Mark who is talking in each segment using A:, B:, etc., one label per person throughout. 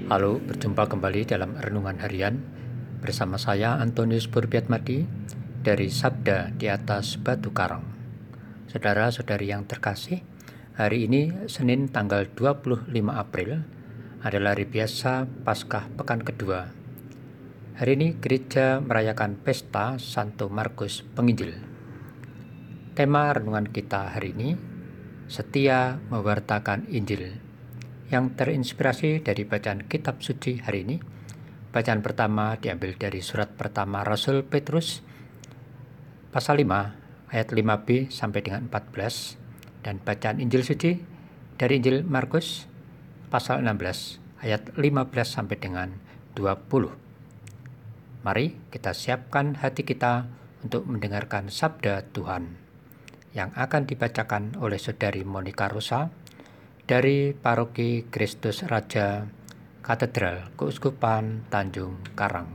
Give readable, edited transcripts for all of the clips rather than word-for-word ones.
A: Halo, berjumpa kembali dalam Renungan Harian bersama saya Antonius Burbiatmadi dari Sabda di atas Batu Karang. Saudara-saudari yang terkasih, hari ini Senin tanggal 25 April adalah hari biasa Paskah Pekan Kedua. Hari ini gereja merayakan pesta Santo Markus Penginjil. Tema renungan kita hari ini, setia mewartakan Injil, yang terinspirasi dari bacaan kitab suci hari ini. Bacaan pertama diambil dari surat pertama Rasul Petrus pasal 5 ayat 5b sampai dengan 14, dan bacaan Injil suci dari Injil Markus pasal 16 ayat 15 sampai dengan 20. Mari kita siapkan hati kita untuk mendengarkan sabda Tuhan yang akan dibacakan oleh Saudari Monica Rosa dari Paroki Kristus Raja Katedral Keuskupan Tanjung Karang.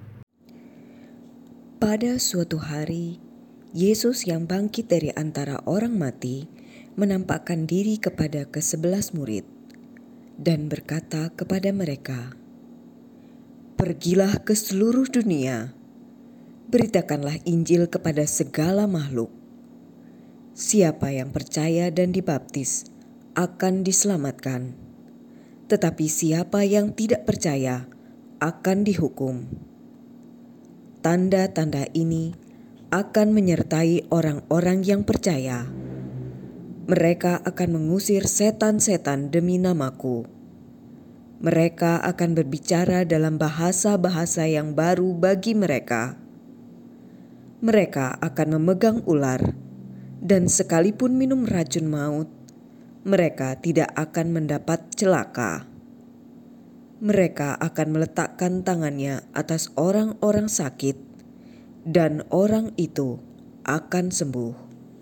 B: Pada suatu hari, Yesus yang bangkit dari antara orang mati menampakkan diri kepada ke-11 murid dan berkata kepada mereka, "Pergilah ke seluruh dunia, beritakanlah Injil kepada segala makhluk. Siapa yang percaya dan dibaptis akan diselamatkan, tetapi siapa yang tidak percaya akan dihukum. Tanda-tanda ini akan menyertai orang-orang yang percaya. Mereka akan mengusir setan-setan demi namaku. Mereka akan berbicara dalam bahasa-bahasa yang baru bagi mereka. Mereka akan memegang ular, dan sekalipun minum racun maut, mereka tidak akan mendapat celaka. Mereka akan meletakkan tangannya atas orang-orang sakit, dan orang itu akan sembuh."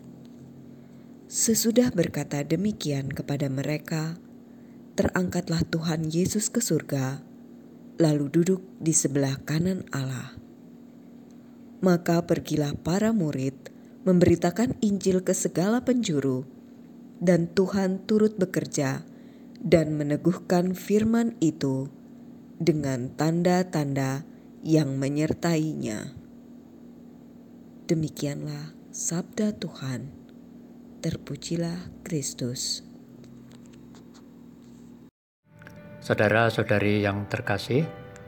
B: Sesudah berkata demikian kepada mereka, terangkatlah Tuhan Yesus ke surga, lalu duduk di sebelah kanan Allah. Maka pergilah para murid memberitakan Injil ke segala penjuru, dan Tuhan turut bekerja dan meneguhkan firman itu dengan tanda-tanda yang menyertainya. Demikianlah sabda Tuhan. Terpujilah Kristus.
A: Saudara-saudari yang terkasih,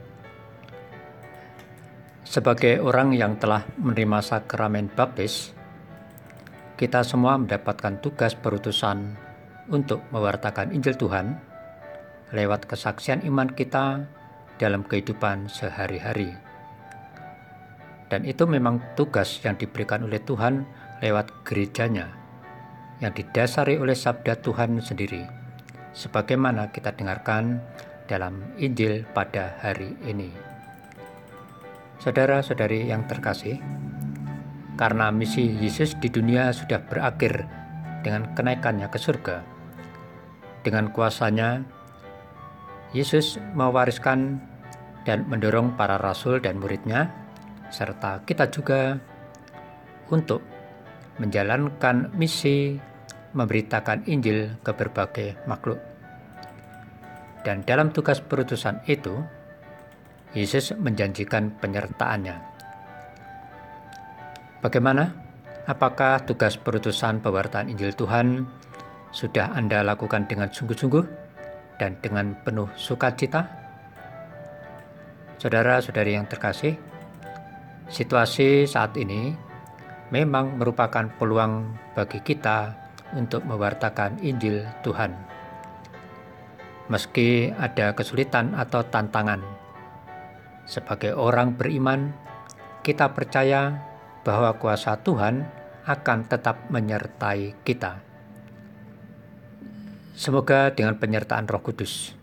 A: sebagai orang yang telah menerima sakramen baptis, kita semua mendapatkan tugas perutusan untuk mewartakan Injil Tuhan lewat kesaksian iman kita dalam kehidupan sehari-hari. Dan itu memang tugas yang diberikan oleh Tuhan lewat gerejanya, yang didasari oleh sabda Tuhan sendiri, sebagaimana kita dengarkan dalam Injil pada hari ini. Saudara-saudari yang terkasih, karena misi Yesus di dunia sudah berakhir dengan kenaikannya ke surga, dengan kuasanya Yesus mewariskan dan mendorong para rasul dan muridnya, serta kita juga, untuk menjalankan misi memberitakan Injil ke berbagai makhluk. Dan dalam tugas perutusan itu, Yesus menjanjikan penyertaannya. Bagaimana? Apakah tugas perutusan pewartaan Injil Tuhan sudah Anda lakukan dengan sungguh-sungguh dan dengan penuh sukacita? Saudara-saudari yang terkasih, situasi saat ini memang merupakan peluang bagi kita untuk mewartakan Injil Tuhan. Meski ada kesulitan atau tantangan, sebagai orang beriman, kita percaya bahwa kuasa Tuhan akan tetap menyertai kita. Semoga dengan penyertaan Roh Kudus,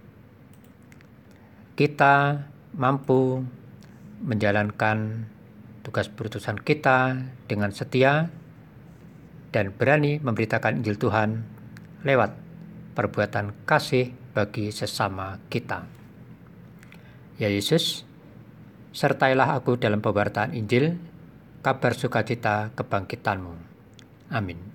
A: kita mampu menjalankan tugas perutusan kita dengan setia dan berani memberitakan Injil Tuhan lewat perbuatan kasih bagi sesama kita. Ya Yesus, sertailah aku dalam pewartaan Injil, kabar sukacita kebangkitan-Mu. Amin.